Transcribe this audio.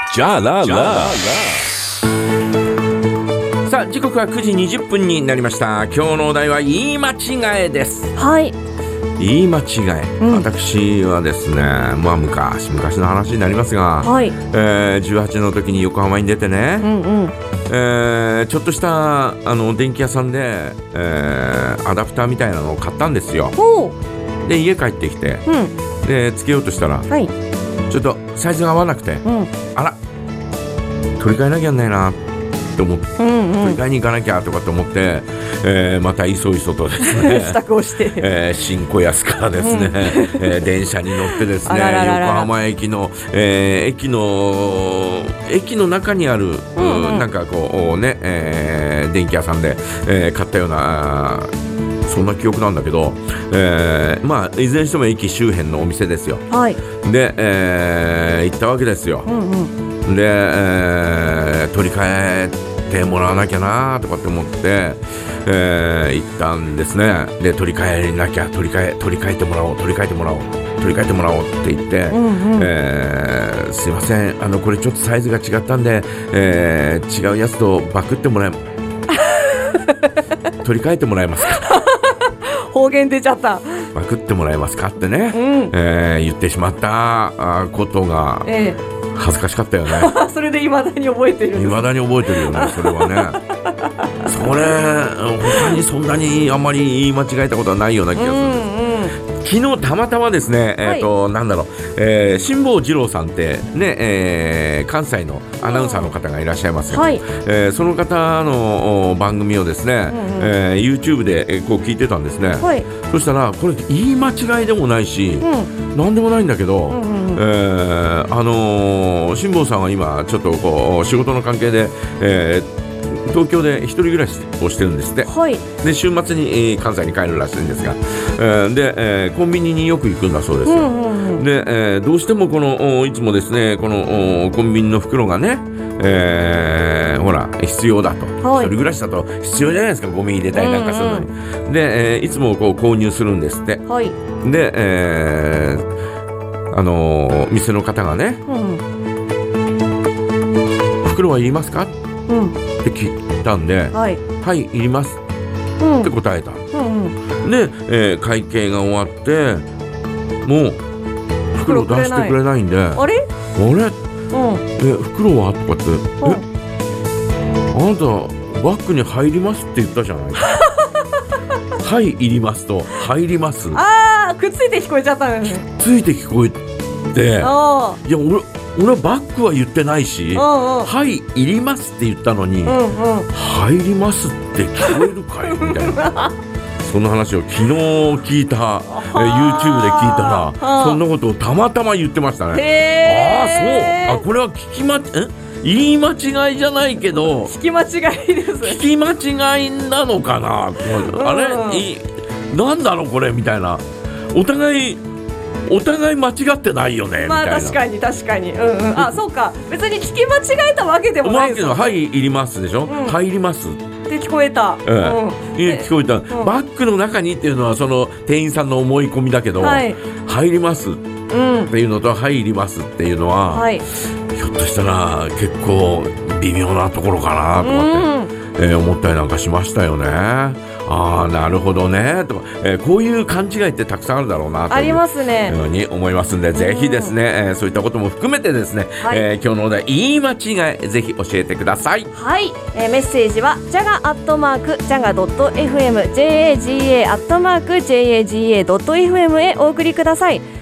じゃらら。さあ時刻は9時20分になりました。今日のお題は言い間違えです。 はい。 言い間違え、私はですね、まあ昔の話になりますが、 はい。 18の時に横浜に出てね、ちょっとした電気屋さんで、アダプターみたいなのを買ったんですよ。で家帰ってきて、でつけようとしたら、 はい。 ちょっとサイズが合わなくて、あら取り替えなきゃないなと思って、取り替えに行かなきゃとかと思って、またいそいそとですね支度をして、 新小安からですね、電車に乗ってですね、横浜駅の、駅の中にある、なんかこうね、電気屋さんで、買ったようなそんな記憶なんだけど、まあいずれにしても駅周辺のお店ですよ。 はい。 で、行ったわけですよ。で、取り替えてもらわなきゃなとかって思って、行ったんですね。で取り替えなきゃ、取り替えてもらおうって言って、すいませんこれちょっとサイズが違ったんで、違うやつとバクってもらえ取り替えてもらえますか方言出ちゃった。 バクってもらえますかってね、言ってしまったことが恥ずかしかったよねそれで未だに覚えてるんです。 未だに覚えてるよねそれはねそれ他にそんなにあんまり言い間違えたことはないような気がするんです。昨日たまたまですね、なんだろう、辛坊治郎さんってね、関西のアナウンサーの方がいらっしゃいますよ、その方の番組をですね、YouTube でこう聞いてたんですね、そしたらこれ言い間違いでもないし、なんでもないんだけど、辛坊さんは今ちょっとこう仕事の関係で、東京で一人暮らしをしてるんですって、で週末に、関西に帰るらしいんですが、で、コンビニによく行くんだそうですよ。で、どうしてもこのいつもですねこのコンビニの袋がね、ほら必要だと、一人暮らしだと必要じゃないですか、ゴミ入れたりなんかするのに、で、いつもこう購入するんですって、で、店の方がね、袋はいりますかって聞いたんで、はい、いります、って答えた。で、会計が終わってもう袋出してくれないんで、あれ、袋はとかって、あなたバッグに入りますって言ったじゃないはい、いりますと入ります、 くっついて聞こえちゃったのね。 ついて聞こえて、いや俺はバッグは言ってないし、はい、いりますって言ったのに、入りますって聞こえるかいみたいなその話を昨日聞いた、YouTube で聞いたら、そんなことをたまたま言ってましたね。そう、これは言い間違いじゃないけど聞き間違いです。 聞き間違いなのかな、あれ、なんだろうこれみたいな、お互い間違ってないよねみたいな。 確かに、そうか、別に聞き間違えたわけでもないですよね。 はい、いりますでしょ、入りますって聞こえた、 聞こえた、バッグの中にっていうのはその店員さんの思い込みだけど、入りますっていうのと入りますっていうのは、ひょっとしたら結構微妙なところかなとかって、思ったりなんかしましたよね。なるほどねとか、こういう勘違いってたくさんあるだろうなとありますねいうふうに思いますんで、ぜひですね、そういったことも含めてですね、今日のお題言い間違いぜひ教えてください。 はい、メッセージは jaga@jaga.fm jaga@jaga.fm へお送りください。